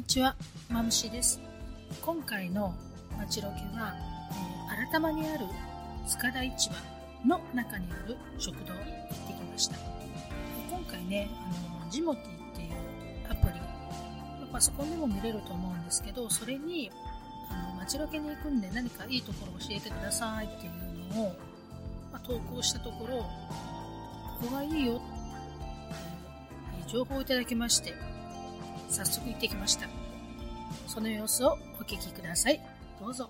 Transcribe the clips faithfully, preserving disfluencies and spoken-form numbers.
ちは、まむしです。今回の町ロケは、えー、新玉にある塚田市場の中にある食堂行ってきました。今回ね、あのジモティっていうアプリ、パソコンでも見れると思うんですけど、それにあの町ロケに行くんで何かいいところ教えてくださいっていうのを、まあ、投稿したところ、ここがいいよっていう情報をいただきまして、早速行ってきました。その様子をお聞きください。どうぞ。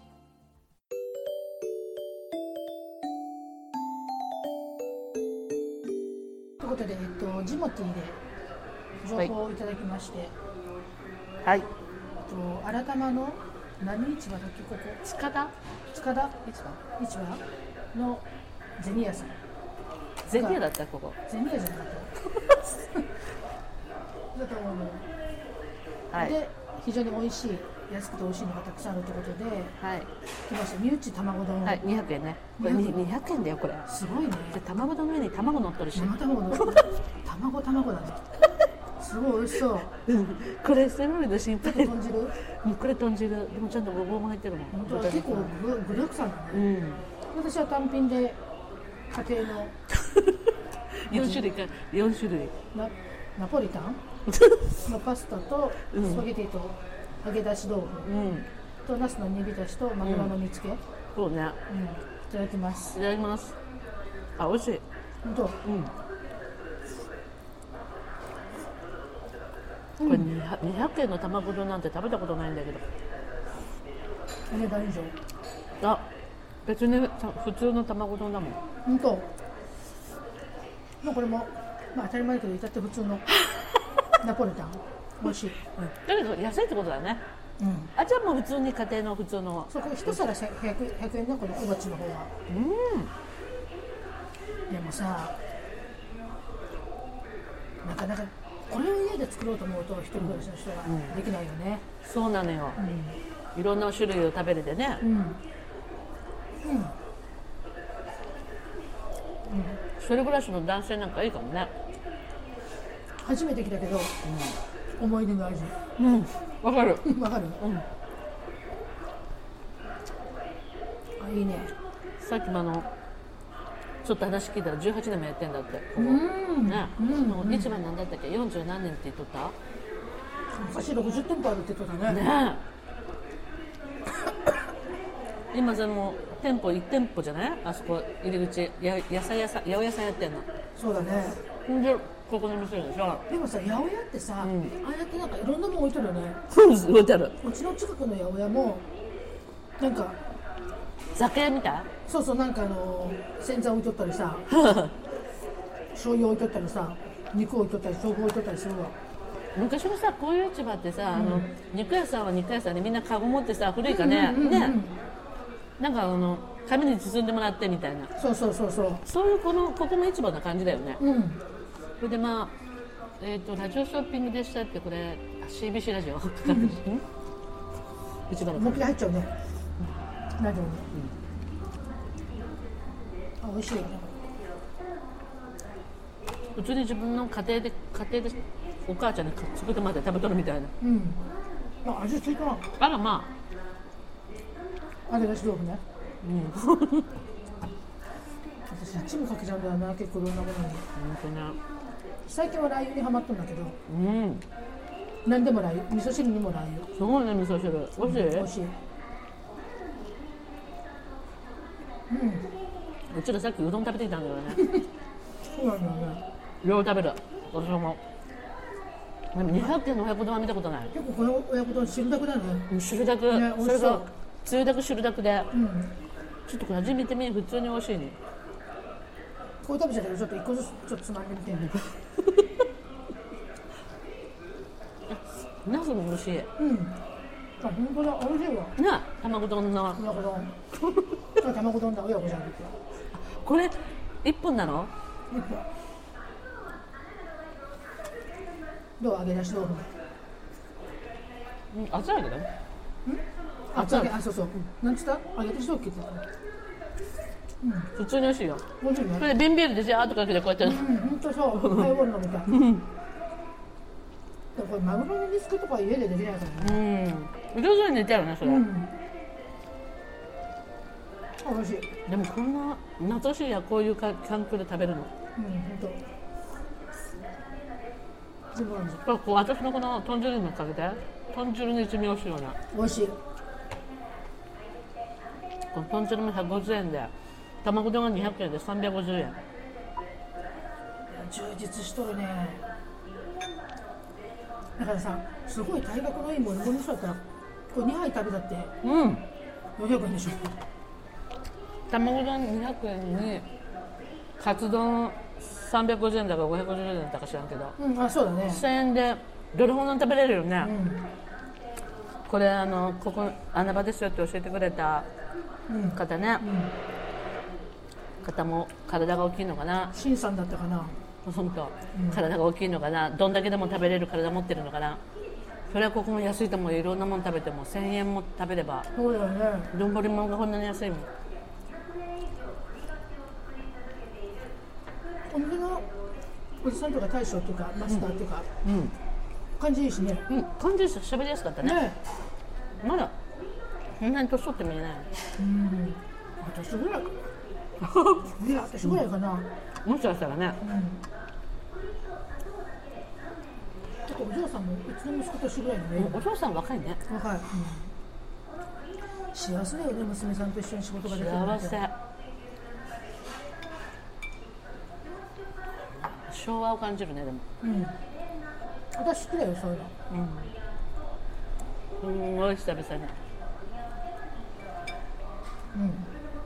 ということで、えっと、ジモティで情報をいただきまして、 はい。 えっと、新玉の何市場だっけ、ここ塚田塚田市場市場のゼニ屋さん。 ゼニ屋だったここ。 ゼニ屋じゃなかっただと思うの。 はい。 で、非常に美味しい、安くて美味しいのがたくさんあるということで、 はい。 来ました。ミュッチ卵丼。 はい。にひゃくえんね。これにひゃくえんだよこれ。 すごいね。 で卵丼の上に卵乗っとるし。 生卵の卵卵だね。すごい美味しそう。 これセロリの心配。 豚汁。 これ豚汁。でもちゃんとごぼうも入ってるもん。 本当は結構具具だくさんだね。 うん。 私は単品で家庭の四種類か四種類。 ナナポリタンのパスタとスパゲティと揚げ出し豆腐、うん、とナスの煮浸しとマグロの煮付け、うん、 そうね、うん、 いただきます。 いただきます。あ、美味しい。 本当。うん。 これにひゃくえんの卵丼なんて食べたことないんだけど。 お値段以上。 あ、別に普通の卵丼だもん。 本当。まあこれもまあ当たり前だけど至って普通のナポリタン美味しい。 うん、だけど安いってことだね。うん。あ、じゃあもう普通に家庭の普通の。そう、これ一皿ひゃくえんのこの小鉢の方は。うん。でもさ、なかなかこれを家で作ろうと思うと一人暮らしの人はできないよね。うん、そうなのよ。うん、いろんな種類を食べれてね。うん。うん。うん、一人暮らしの男性なんかいいかもね。 初めて来たけど、うん、思い出の味。 うん、わかる。 わかる。うん。あ、いいね。 さっきもあのちょっと話聞いたらじゅうはちねんもやってんだって。 うん。 ね。うん。市場なんだったっけ？よんじゅう何年って言っとった？ 昔ろくじゅってんぽあるって言っとったね。 ね。今その店舗いち店舗じゃない？あそこ入り口や野菜屋さん、八百屋さんやってんの。 そうだね。 でここに店でしょ。 でもさ、八百屋ってさ、うん、ああやってなんかいろんなもの置いてるよね。 そうです、置いてある。 うちの近くの八百屋もなんか酒屋みたい？ そうそう、なんかあの洗剤置いとったりさ醤油置いとったりさ、肉置いとったり豆腐置いとったりするわ。 昔のさ、こういう市場ってさ、うん、あの肉屋さんは肉屋さんでみんなカゴ持ってさ、古いかね、うんうんうんうん、ね、なんかあの紙に包んでもらってみたいな。 そうそうそうそう。 そういうこのここの市場な感じだよね。 うん。 それでまあ、えっとラジオショッピングでしたってこれ シービーシー ラジオかかってるし、市場の。 もう一回入っちゃうね。うん、ラジオに。うん、あ、美味しいよね。 普通に自分の家庭で家庭でお母ちゃんに作ってもらって食べとるみたいな。 うん。あ、味ついたな。 あらまあ。揚げ出し豆腐ね。うん。私あっちもかけちゃうんだよな、結構いろんなものに。本当ね。最近はラー油にハマったんだけど。うん。何でもラー油、味噌汁にもラー油。 すごいね、味噌汁。美味しい？ 美味しい。うん。 うちらさっきうどん食べてきたんだよね。 そうなんだよね。 両方食べる。私も。でもにひゃくえんの親子丼は見たことない。 結構この親子丼汁だくだね。 汁だく。 ね、 それがつゆだく汁だくで。うん。ちょっとこれ味見てみ、普通に美味しいね。 こう食べちゃったけど、ちょっと一個ずつちょっとつまんでみて。 ナスも美味しい。うん。 あ、本当だ、美味しいわ。 な、卵丼の。 親子丼。これ卵丼だ、親子じゃん。 これ一本なの？一本。 どう揚げ出し豆腐？ うん、熱いけど。うん？ 熱い。あ、そうそう。なんつった？揚げ出し豆腐って言った。 うん、普通に美味しいよ。 美味しいね。 これ瓶ビールでジャーっとかけてこうやって。 うん、本当そう。ハイボール飲みたい。 でもこれマグロの煮付けとか家でできないからね。 うん上手に寝ちゃうねそれ、うん、 美味しい。 でもこんな夏しいやこういう環境で食べるの。 うん本当。全部美味しい。 これこう私のこの豚汁にかけて豚汁に一味美味しいよね。 美味しい。 この豚汁もひゃくごじゅうえんで卵丼がにひゃくえんでさんびゃくごじゅうえん。いや充実しとるね。だからさすごい体格のいいものにそうやったらこれにはい食べたってうんよんひゃくえんでしょ。 卵丼にひゃくえんにカツ丼さんびゃくごじゅうえんだかごひゃくごじゅうえんだか知らんけど、 うん、あそうだね。 せんえんでどれほど食べれるよね、 うん、 これあのここ穴場ですよって教えてくれた方ね、うんうん、方も体が大きいのかな。 シンさんだったかな。 本当、うん、体が大きいのかな。どんだけでも食べれる体持ってるのかな。それはここも安いと思うよ。いろんなもの食べてもせんえんも食べれば。 そうだよね。 丼物がこんなに安いもん。 お店のおじさんとか大将とかマスターとか、うんうん、感じいいしね。 うん、感じいいし喋りやすかったね。ねまだそんなに年取ってもいない。うん。 私ぐらいかな。いや私ぐらいかな。 もしかしたらね。うんちょっとお嬢さんもうちの息子と一緒ぐらいのね。 お嬢さん若いね。 若い、うん、幸せだよね娘さんと一緒に仕事ができるなんて。 幸せ。昭和を感じるねでも。 うん。私好きだよそういうの。 うん。すごい久々に。 うん。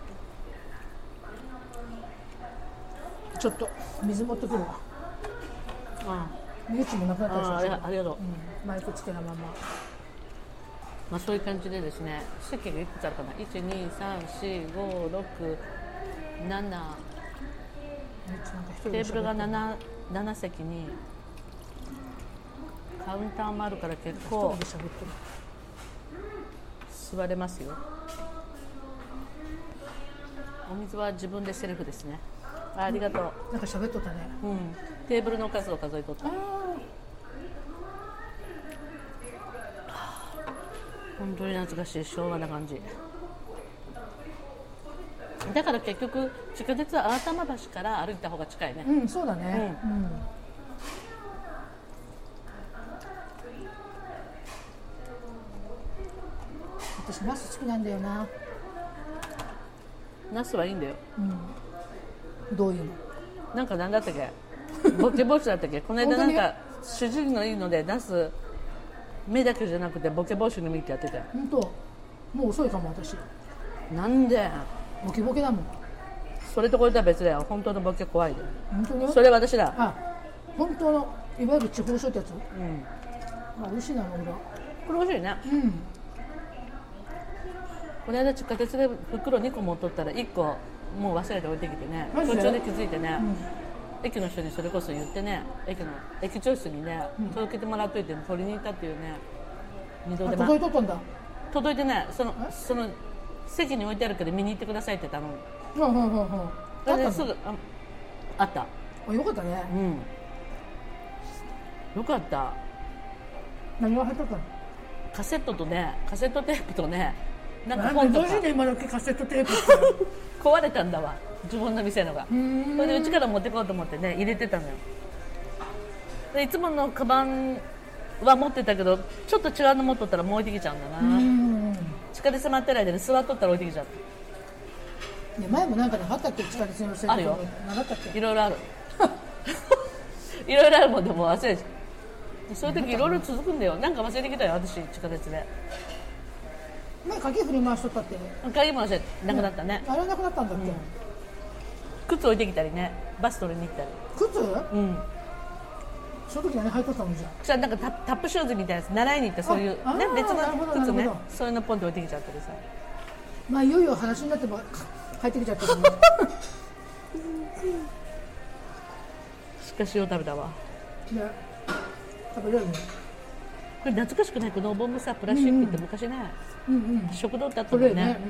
ちょっと水持ってくるわ。ああ。ミューチもなくなったでしょ。 あ, あ, りありがとう、うん、 マイクつけたまま、 まあ、そういう感じでですね席がいくつあるかな。いちにさんしごろくななテーブルが 7, 7席にカウンターもあるから結構座れますよ。お水は自分でセルフですね。 あ, ありがとう。 なんか喋っとったね、 うん、テーブルの数を数えとった。本当に懐かしい昭和な感じだから結局地下鉄は新玉橋から歩いた方が近いね。 うんそうだね、うんうん、私ナス好きなんだよな。 ナスはいいんだよ、 うん、どういうのなんか何だったっけボケ防止だったっけこの間なんか主人のいいのでナス目だけじゃなくてボケ防止の実ってやってたよ。 本当もう遅いかも私。 なんでボケボケだもん。 それとこれとは別だよ。本当のボケ怖いで。 本当にそれ私だ。 あ本当のいわゆる地方書ってやつ。うんまあ美味しいなの俺。 これ美味しいね。うんこの間地下鉄で袋にこ持っとったらいっこもう忘れて置いてきてね途中で気づいてね、うん、駅の人にそれこそ言ってね駅の駅長室にね、うん、届けてもらっといて取りに行ったっていうね。二度手間。 届いとったんだ。 届いてねそのその席に置いてあるけど見に行ってくださいって頼む。 うんうんうんうん。 それですぐ あ, あった。 あよかったね。 うんよかった。 何が入っとったの？ カセットとねカセットテープとねなんか本とか。どうして今だけカセットテープって壊れたんだわ自分の店のが。それでうちから持ってこうと思ってね入れてたのよ。でいつものカバンは持ってたけどちょっと違うの持っとったらもう置いてきちゃうんだな。うん地下鉄待ってる間に座っとったら置いてきちゃった。 いや前もなんかねあったっけ地下鉄のあるよ。 なったっけいろいろあるいろいろあるもんでも忘れてそういう時いろいろ続くんだよ。なんか忘れてきたよ私地下鉄で。 前鍵振り回しとったって。 鍵回してなくなったね、 うん、あれなくなったんだっけ、うん、 靴置いてきたりねバス取りに行ったり。 靴？ うんその時何履いとったのじゃん。 じゃあなんか タ, タップシューズみたいなやつ習いに行ってそういう、ね、別の靴ねそういうのポンって置いてきちゃったりさ。 まあいよいよ話になっても入ってきちゃったけどねしかし塩食べたわ。 ね食べれるね。 これ懐かしくないこのお盆もさプラスチックって昔ね、うんうん、食堂ってあったもんね。ね、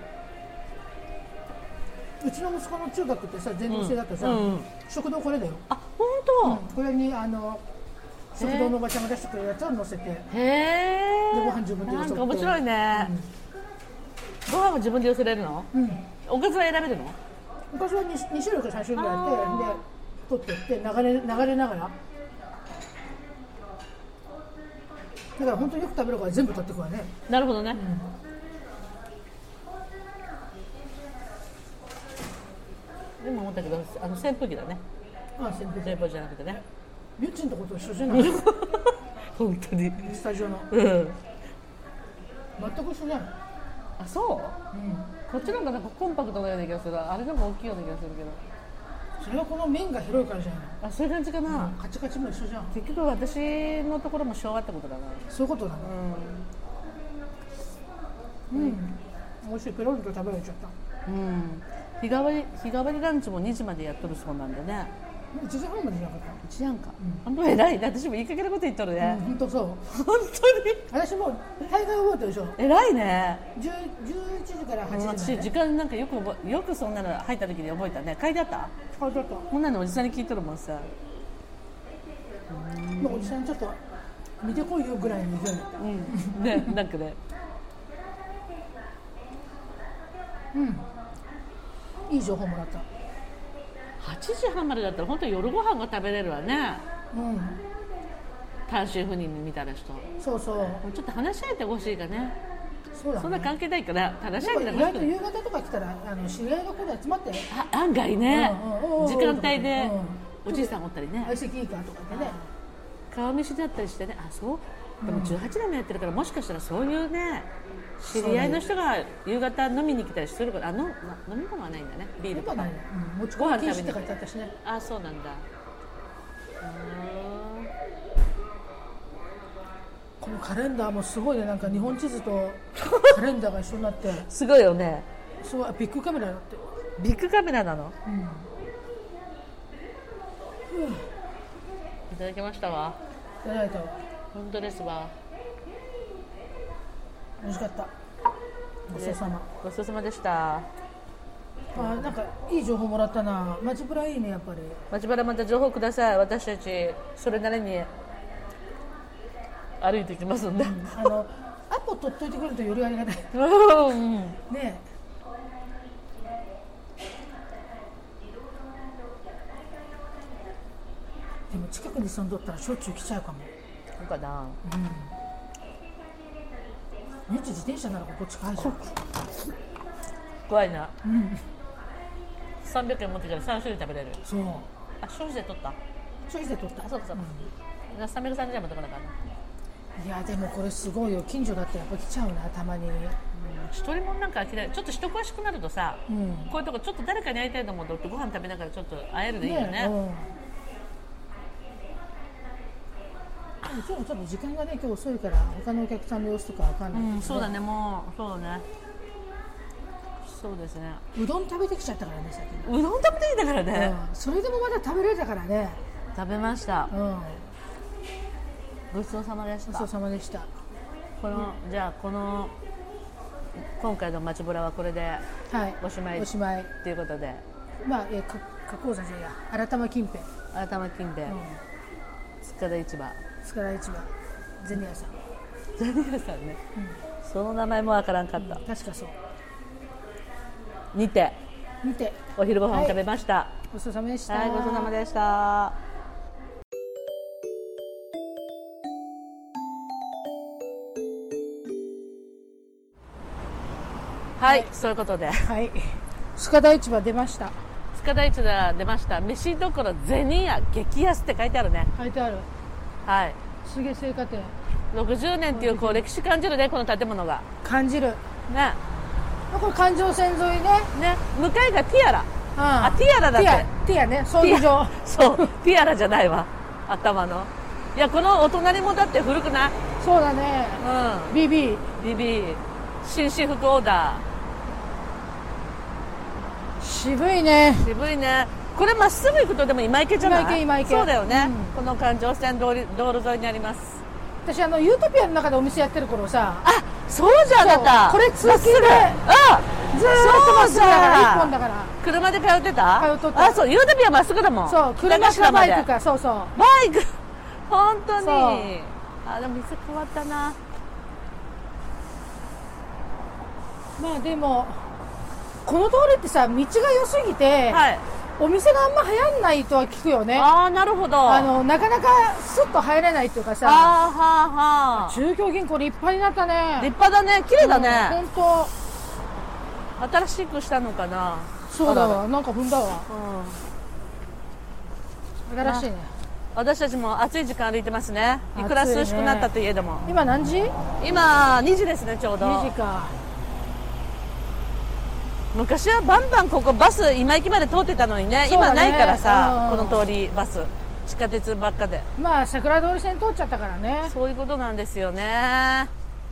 うん、うちの息子の中学ってさ全寮制だったさ、うんうん、食堂これだよ。 あ本当、うん、 これにあの食堂のおばちゃんが出してくれるやつを乗せて、 へえ。 でご飯自分でよそって。 なんか面白いね、うん、ご飯は自分で寄せれるの、うん、おかずは選べるの？ おかずは 2, 2種類かさん種類あってで取ってって流れ、流れながらだから本当によく食べるから全部取ってくわね。 なるほどね、うん、でも思ったけどあの扇風機だね。 ああ扇風機扇風機じゃなくてねミュッチンとこと一緒じゃない本当にスタジオの、 うん、全く一緒じゃない。 あ、そう、うん、こっちの方がなんかコンパクトなような気がする。あれの方が大きいような気がするけどそれはこの面が広いからじゃないの。 あ、そういう感じかな、うん、 カチカチも一緒じゃん。 結局私のところも昭和ってことだな。 そういうことだね。うん、うん、美味しい。ペロリと食べられちゃった。うん、 日替わり日替わりランチもにじまでやっとるそうなんでね。 いちじはんまでじゃなかった。 いちじはんか、うん、本当偉いね。私もいい加減なこと言っとるね、 うん、本当そう。 本当に私も大概覚えてるでしょ。偉いね。 じゅういちじからはちじまで、ね、 私時間なんかよくよくそんなの入った時に覚えたね。書いてあった？ 書いてあった。 こんなのおじさんに聞いとるもんさ。 うん、おじさんちょっと見てこいよぐらいの勢いだった。 うんね、なんかねうんいい情報もらった。 はちじはんまでだったら本当に夜ご飯が食べれるわね。うん。単身赴任みたいな人。 そうそう。 ちょっと話し合えてほしいかね。 そうだね。 そんな関係ないから話し合えてほしい。 意外と夕方とか来たらあの知り合いがここで集まって。 あ、案外ね、うんうん、時間帯で、うん、おじいさんおったりね。 相席いいかとかでね。 顔見知りだったりしてね。あ、そう。でもじゅうはちねんもやってるからもしかしたらそういうね。知り合いの人が夕方飲みに来たりするから、あの飲み物はないんだね。ビールとか。 持ち込み禁止って書いてあったしね。 あ、そうなんだ。 このカレンダーもすごいね。なんか日本地図とカレンダーが一緒になってすごいよね。 すごい。ビッグカメラだって。 ビッグカメラなの、うん、いただきましたわ。 いただいたわ。 本当ですわ。 美味しかった。ごちそうさま。 ごちそうさまでした。 あ、なんかいい情報もらったな。街ブラいいねやっぱり。 街ブラまた情報ください。私たちそれなりに歩いてきますんで。うん、 あのアポ取っといてくれるとよりありがたい。 うん、ねえ。でも近くに住んどったらしょっちゅう来ちゃうかも。 そうかな。うん。 めっちゃ自転車ならここ近いじゃん。 怖いな、うん、さんびゃくえん持ってきたらさん種類食べれる。 そう。 あ、消費税取った？ 消費税取った。 あ、そうかそうか、うん、さんびゃくさんじゅうえん持ってこなかった。 いやでもこれすごいよ。近所だってやっぱ来ちゃうなたまに、うん、 一人もなんか飽きない。ちょっと人詳しくなるとさ、うん、こういうとこちょっと誰かに会いたいと思うとご飯食べながらちょっと会えるでいいよね。ね、うん、今日ちょっと時間がね今日遅いから他のお客さんの様子とかわかんない、ね、うん、そうだね。もうそうだね。そうですね。うどん食べてきちゃったからね最近。うどん食べてきたからね、うん、それでもまだ食べれたからね。食べました、うん、ごちそうさまでした。ごちそうさまでした。この、うん、じゃあこの今回の街ブラはこれでおしまい、はい、おしまいということで、まあえ加工山じゃや新玉近辺新玉近辺、うん、塚田市場塚田市場ゼニアさんゼニアさんね、うん、その名前もわからんかった、うん、確かそうにてにてお昼ご飯を食べました、はい、ごちそうさまでした。はい、ごちそうさまでした。はい、そういうことで、はい、塚田市場出ました。塚田市場出ました。飯どころ銭屋激安って書いてあるね。書いてある。はい。すげ青果店。ろくじゅうねんっていうこう歴史感じるねこの建物が。感じる。ね。これ環状線沿いね。ね。向かいがティアラ。ああ、ティアラだって。ティアね。葬儀場。そう。ティアラじゃないわ。頭の。いやこのお隣もだって古くない？そうだね。うん。ビービー。ビービー。紳士服オーダー。渋いね。渋いね。これまっすぐ行くとでも今池じゃない？今池今池。そうだよね。うん、この環状線通り道路沿いにあります。私あのユートピアの中でお店やってる頃さ。あ、そうじゃんあなた。これ通勤で。あ、ずーっとまっすぐだから一本だから。車で通ってた？通っとった。あ、そうユートピアまっすぐだもん。そう車かバイクかそうそう。バイク。 本当に。 そうあ、でも店変わったな。 まあでもこの通りってさ道が良すぎて、 はい。 お店があんま流行んないとは聞くよね。 ああ、なるほど。 あのなかなかスッと入れないっていうかさ、 はあはあはあ。 中京銀行立派になったね。 立派だね。綺麗だね。 本当。 新しくしたのかな。 そうだわ。なんか踏んだわ。 うん。 新しいね。 私たちも暑い時間歩いてますね。いくら涼しくなったといえども。 今何時？ 今にじですね、ちょうど。 にじか。 昔はバンバンここバス今駅まで通ってたのにね、 そうだね今ないからさ、 うんこの通りバス地下鉄ばっかで。 まあ桜通り線通っちゃったからね。 そういうことなんですよね。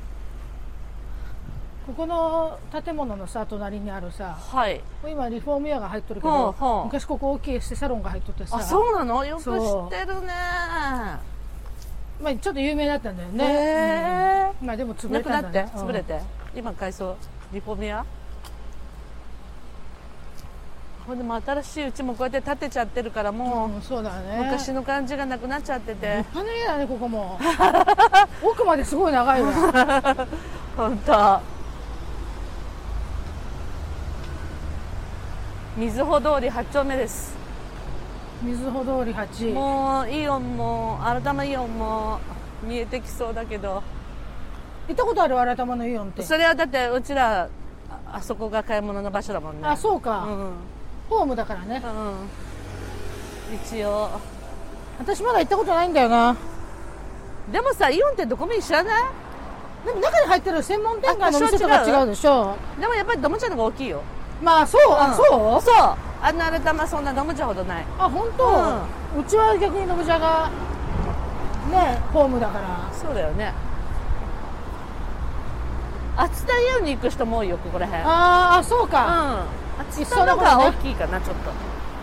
ここの建物のさ隣にあるさ、 はい。 今リフォーム屋が入っとるけほど、 うほう昔ここ大きいエステサロンが入っとってさ、 あ、そうなの？よく知そうってるね。 まあちょっと有名だったんだよへね。 ーうんまあでも潰なくなってれたんだね。 潰れて、今改装リフォーム屋。ほんでも新しいうちもこうやって建てちゃってるからもう、 うん、そうだね。 昔の感じがなくなっちゃってて。 立派な家だねここも。奥まですごい長いわ。 本当。瑞穂通りはち丁目です。 瑞穂通りはち。 もうイオンも新玉イオンも見えてきそうだけど、 行ったことある？新玉のイオンって。 それはだってうちら あ, あそこが買い物の場所だもんね。 あ、そうか、 うんホームだからね。 うん、一応。 私まだ行ったことないんだよな。 でもさ、イオンってどこも一緒じゃない？ でも中に入ってる専門店街の店とか違うでしょ。 でもやっぱりドムチャの方が大きいよ。 まあそう、あ、そうそう、あんな新玉そんなドムチャほどない。 あ、本当、うちは逆にノブジャがねホームだから。 そうだよね。熱田イオンに行く人も多いよ、ここら辺。 ああ、そうか。 うん、熱田の方が大きいかな、ちょっと。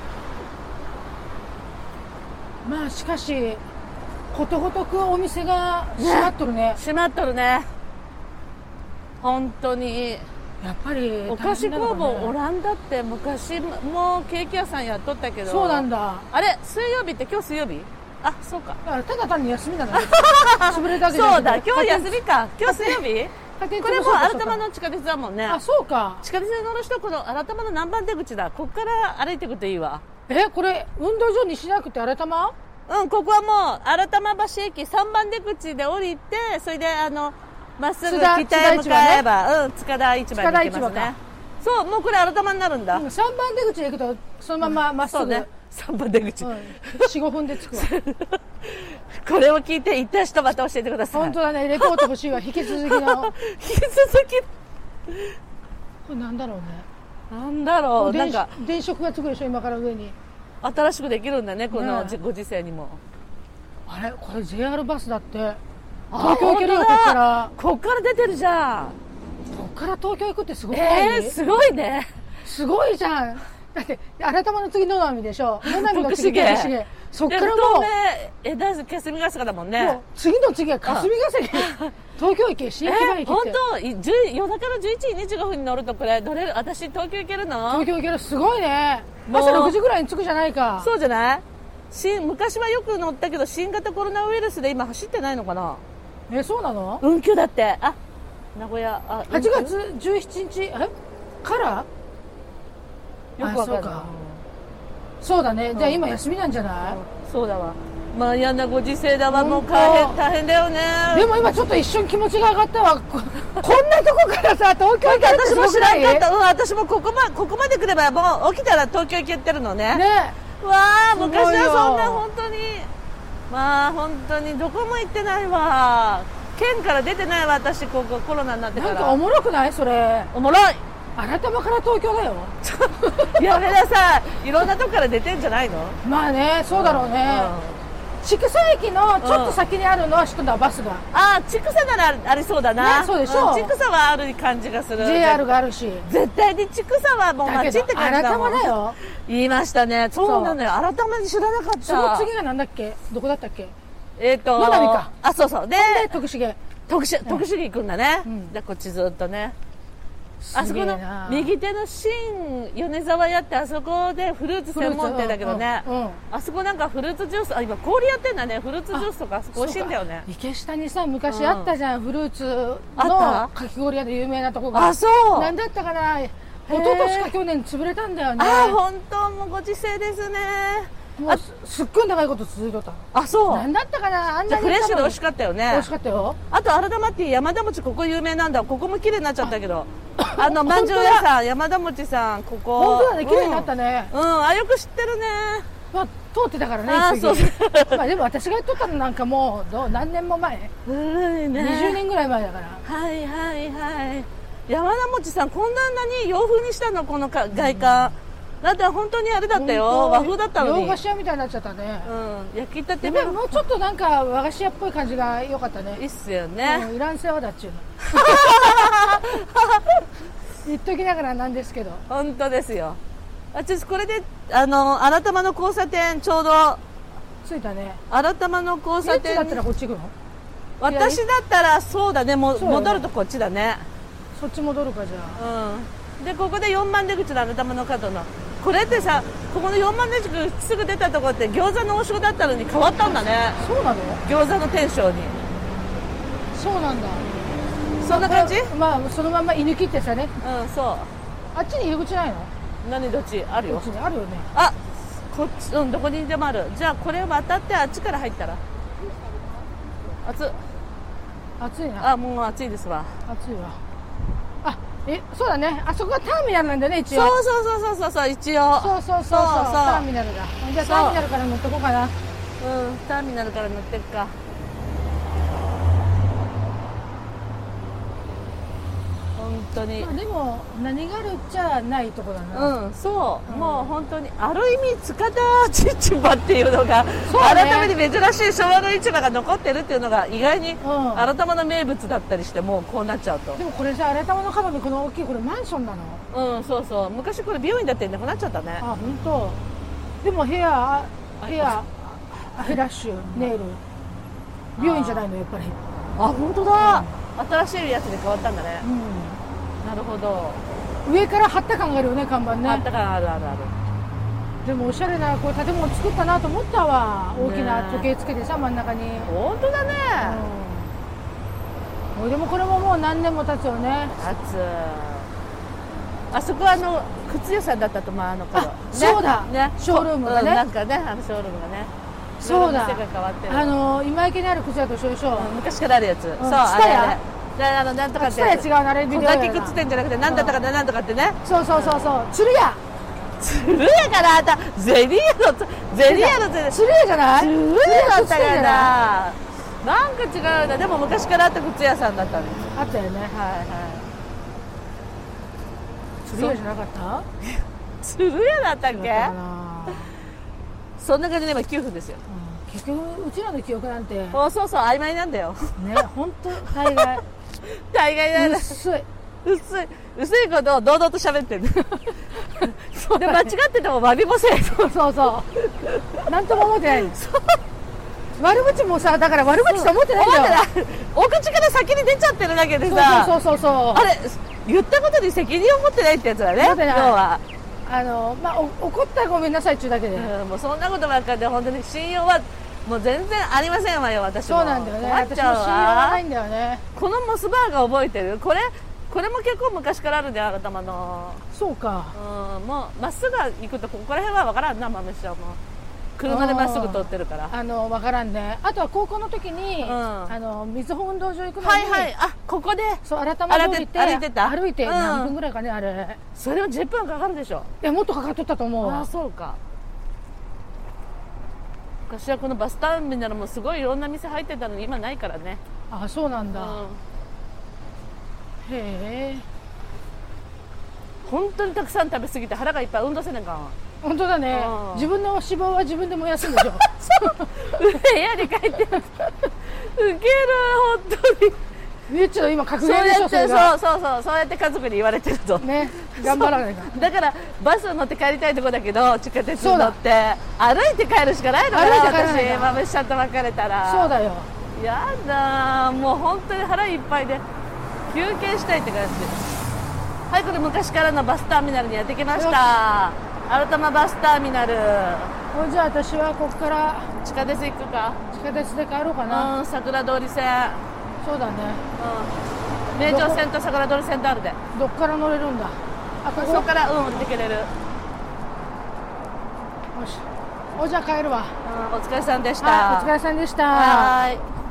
まあしかしことごとくお店が閉まっとるね。 閉まっとるね。本当に。 やっぱりお菓子工房オおらランダって昔もケーキ屋さんやっとったけど。 そうなんだ。 あれ水曜日って今日水曜日？あ、そうか。 だからただ単に休みなのね。潰れたわけじゃなくて。 そうだ、今日休みか。今日水曜日？ ここれもう新玉の地下鉄だもんね。 あ、そうか。 地下鉄に乗る人この新玉の何番出口だ。ここから歩いていくといいわ。 え、これ運動場にしなくて新玉？ うん、ここはもう新玉橋駅さんばん出口で降りて、それであのまっすぐ北へ向かえば、うん、塚田市場に行きますね。そう、もうこれ新玉になるんだ。 うん、さんばん出口で行くとそのまままっすぐ、うん、 そうね、さんばん出口、うん、 よん、ごふんで着くわ。 これを聞いて行った人また教えてください。 本当だね、レポート欲しいわ。引き続きの引き続きこれなんだろうね。 なんだろう、なんか電飾がつくでしょ、今から上に。 新しくできるんだね、このねご時世にも。 あれ、これ ジェイアール バスだって。東京行けるよ、こっから。 こっから出てるじゃん。 こっから東京行くってすごくない？ えー、すごいね。 すごいじゃん。だって新玉の次野波でしょ。野波の次徳徳重。そっからもうえだ霞ヶ坂だもんね。 もう次の次は霞ヶ関。東京行け、新木場行けって。 本当、夜中のじゅういちじにじゅうごふんに乗るとこれどれ、私東京行けるの？ 東京行ける、すごいね。朝ろくじぐらいに着くじゃないか。 そうじゃない？し昔はよく乗ったけど新型コロナウイルスで今走ってないのかな？ え、そうなの？ 運休だって。あ、名古屋、あ、 はちがつじゅうしちにち、えからよくわかる。 そうか。そうだね。じゃあ今休みなんじゃない？ そうだわ。まあ嫌なご時世だわ。もう大変大変だよね。 でも今ちょっと一瞬気持ちが上がったわ。こ, こんなとこからさ東京行けるってすごくない？ 私も知らんかった。うん、私もここまここまで来ればもう起きたら東京行けてるのね。 ね。 わあ、昔はそんな本当にまあ本当にどこも行ってないわ。県から出てないわ私、ここコロナになってから。 なんかおもろくないそれ？ おもろい。 新玉から東京だよ。 やめなさい。いろんなとこから出てんじゃないの？ まあね、そうだろうね。千種駅のちょっと先にあるのは知ってんだ、バスが。 ああ、千種ならありそうだな。 ね、そうでしょ。 千種はある感じがする。 ジェイアール があるし。 絶対に千種はもう街って感じだもん。 新玉だよ。 言いましたね。そうなのよ。新玉に知らなかった。 その次がなんだっけ？どこだったっけ？ えっと。 野波か。 あ、そうそう。で、 徳重。 徳重、徳重行くんだね。で、こっちずっとね。 あそこの右手の新米沢屋ってあそこでフルーツ専門店だけどね、 うんうんうん、 あそこなんかフルーツジュース、あ今氷やってんだね。フルーツジュースとかあそこ美味しいんだよね。 池下にさ昔あったじゃん、うん、フルーツのかき氷屋で有名なとこが。 あ、そうなんだったかな、一昨年か去年潰れたんだよね。 あ、本当もうご時世ですね。 もう す, すっごい長いこと続いとった。 あ、そう。 なんだったかな、あんなにフレッシュで美味しかったよね。 美味しかったよ。 あと改まって山田餅、ここ有名なんだ。ここも綺麗になっちゃったけど、あ, あのまんじゅう屋さん、山田餅さん、ここ本当だね、綺麗になったね。 うん、うん、あ、よく知ってるね。 まあ、通ってたからね。 あ、そうそうまあでも私が撮ったのなんかもうどう何年も前、 古いね、 にじゅうねんぐらい前だから。 はいはいはい。山田餅さん、こんなに洋風にしたの、このか外観、うん、だって本当にあれだったよ、和風だったのに。 洋菓子屋みたいになっちゃったね。 うん、焼きたてでももうちょっとなんか和菓子屋っぽい感じが良かったね。 いいっすよね、 うん、いらん世話だっちゅうの言っときながらなんですけど。 本当ですよ。私これであの新玉の交差点ちょうど着いたね。 新玉の交差点だったらこっち行くの？ 私だったらそうだね、もう戻るとこっちだね。 そっち戻るかじゃあ。うん。でここでよんばん出口の新玉の角のこれってさ、ここのよんばん出口すぐ出たとこって餃子の王将だったのに変わったんだね。 そうなの？ 餃子の天将に。 そうなんだ。 そんな感じ？ まあそのまま居抜きってさね。 うん、そう。 あっちに入り口ないの？ 何どっちあるよ。 こっちにあるよね。 あ、こっち、うん、どこにでもある。じゃあこれ渡ってあっちから入ったら。暑っ。 暑いな。 あ、もう暑いですわ。 暑いわ。あ、え、そうだね。あそこがターミナルなんだね、一応。 そうそうそうそうそうそう、一応。 そうそうそうそう、ターミナルだ。じゃあターミナルから乗ってこうかな。 うん、ターミナルから乗っていくか。本当に。 まあでも何があるっちゃないとこだな。 うん、そう、うん、もう本当にある意味塚田市場っていうのが、ね、改めて珍しい昭和の市場が残ってるっていうのが意外に新玉の名物だったりして、もうこうなっちゃうと。 でもこれさ、新玉の角にこの大きいこれマンションなの？うん、そうそう、昔これ美容院だってなくなっちゃったね。 あ、本当。でもヘアヘアヘラッシュネイル美容院じゃないのやっぱり。 あ、本当だ、うん、新しいやつで変わったんだね。うん、なるほど。 上から貼った感があるよね、看板ね。 貼った感あるあるある。 でもおしゃれなこう建物作ったなと思ったわ。大きな時計つけてさ、真ん中に。 本当だね。 うん、でもこれももう何年も経つよね。 経つ。あそこはあの靴屋さんだったと思う、あの頃。 あ、そうだ、ね、ショールームがね、うん、 なんかね、あのショールームがね。 そうだ、 店が変わってる。 あの今池にある靴屋と一緒でしょ、 うん、昔からあるやつ。うん、そう、 あれあれ。 あのなんとかってやつ。違うな、あれビデオやな。 小崎靴店じゃなくてなんだったかな、なんとかってね。 そうそうそうそう、鶴屋。 鶴屋かな、あたゼリーのゼリーの鶴屋じゃない？ 鶴屋だったかな。なんか違うな。でも昔からあった靴屋さんだったんです。 あったよね。はいはい。鶴屋じゃなかった？ 鶴屋だったっけ？そんな感じで今きゅうふんですよ。 結局うちらの記憶なんて。 そうそうそう、曖昧なんだよ。 ね、本当大概。 大概なんだ。 薄い。 薄い。薄いことを堂々と喋ってる。で間違ってても詫びもせえ。 そうそうそう。なんとも思ってない。悪口もさ、だから悪口と思ってないんだよ。 お口から先に出ちゃってるだけでさ。 そうそうそうそう。 あれ言ったことに責任を持ってないってやつだね。要は。 あのまあ怒ったらごめんなさいっていうだけで。 うん、もうそんなことばっかりで本当に信用はもう全然ありませんわよ、私も。 そうなんだよね。私も信用がないんだよね。 このモスバーガー覚えてる？これこれも結構昔からあるんだよ、頭の。 そうか。 うん、もうまっすぐ行くとここら辺は分からんな、豆しちゃうもん。車でまっすぐ通ってるから。 あの分からんね。あとは高校の時に、うん、あの水穂運動場行くのに、 はいはい、あ、ここでそう新玉通りって歩いてた歩いて何分ぐらいかね、うん、あれ。 それもじゅっぷんかかるでしょ。 いやもっとかかっとったと思うわ。 あ、そうか。昔はこのバスターミナルもすごいいろんな店入ってたのに今ないからね。 あ、そうなんだ。うん、へえ。 本当にたくさん食べ過ぎて腹がいっぱい、運動せなあかん。 本当だね。自分の脂肪は自分で燃やすんでしょ。 部屋に帰ってウケる、本当に。 みゆっちの今格言でしょ。 そうそうそうそう、そうやって家族に言われてるとね、頑張らないかだからバス乗って帰りたいとこだけど、地下鉄に乗って歩いて帰るしかないのかな、私まぶしちゃんと別れたら。 そうだよ。 やだ、もう本当に腹いっぱいで休憩したいって感じ。 はい、これ昔からのバスターミナルにやってきました。新玉バスターミナル。 ほいじゃあ私はここから地下鉄行くか。 地下鉄で帰ろうかな。 うん、桜通り線。 そうだね。 うん。名城線と桜通り線とあるで。 どっから乗れるんだ。あ、ここ。 そこからうん降りてけれる。よし。おじゃあ帰るわ。 うん、お疲れさんでした。 はい、お疲れさんでした。 はい。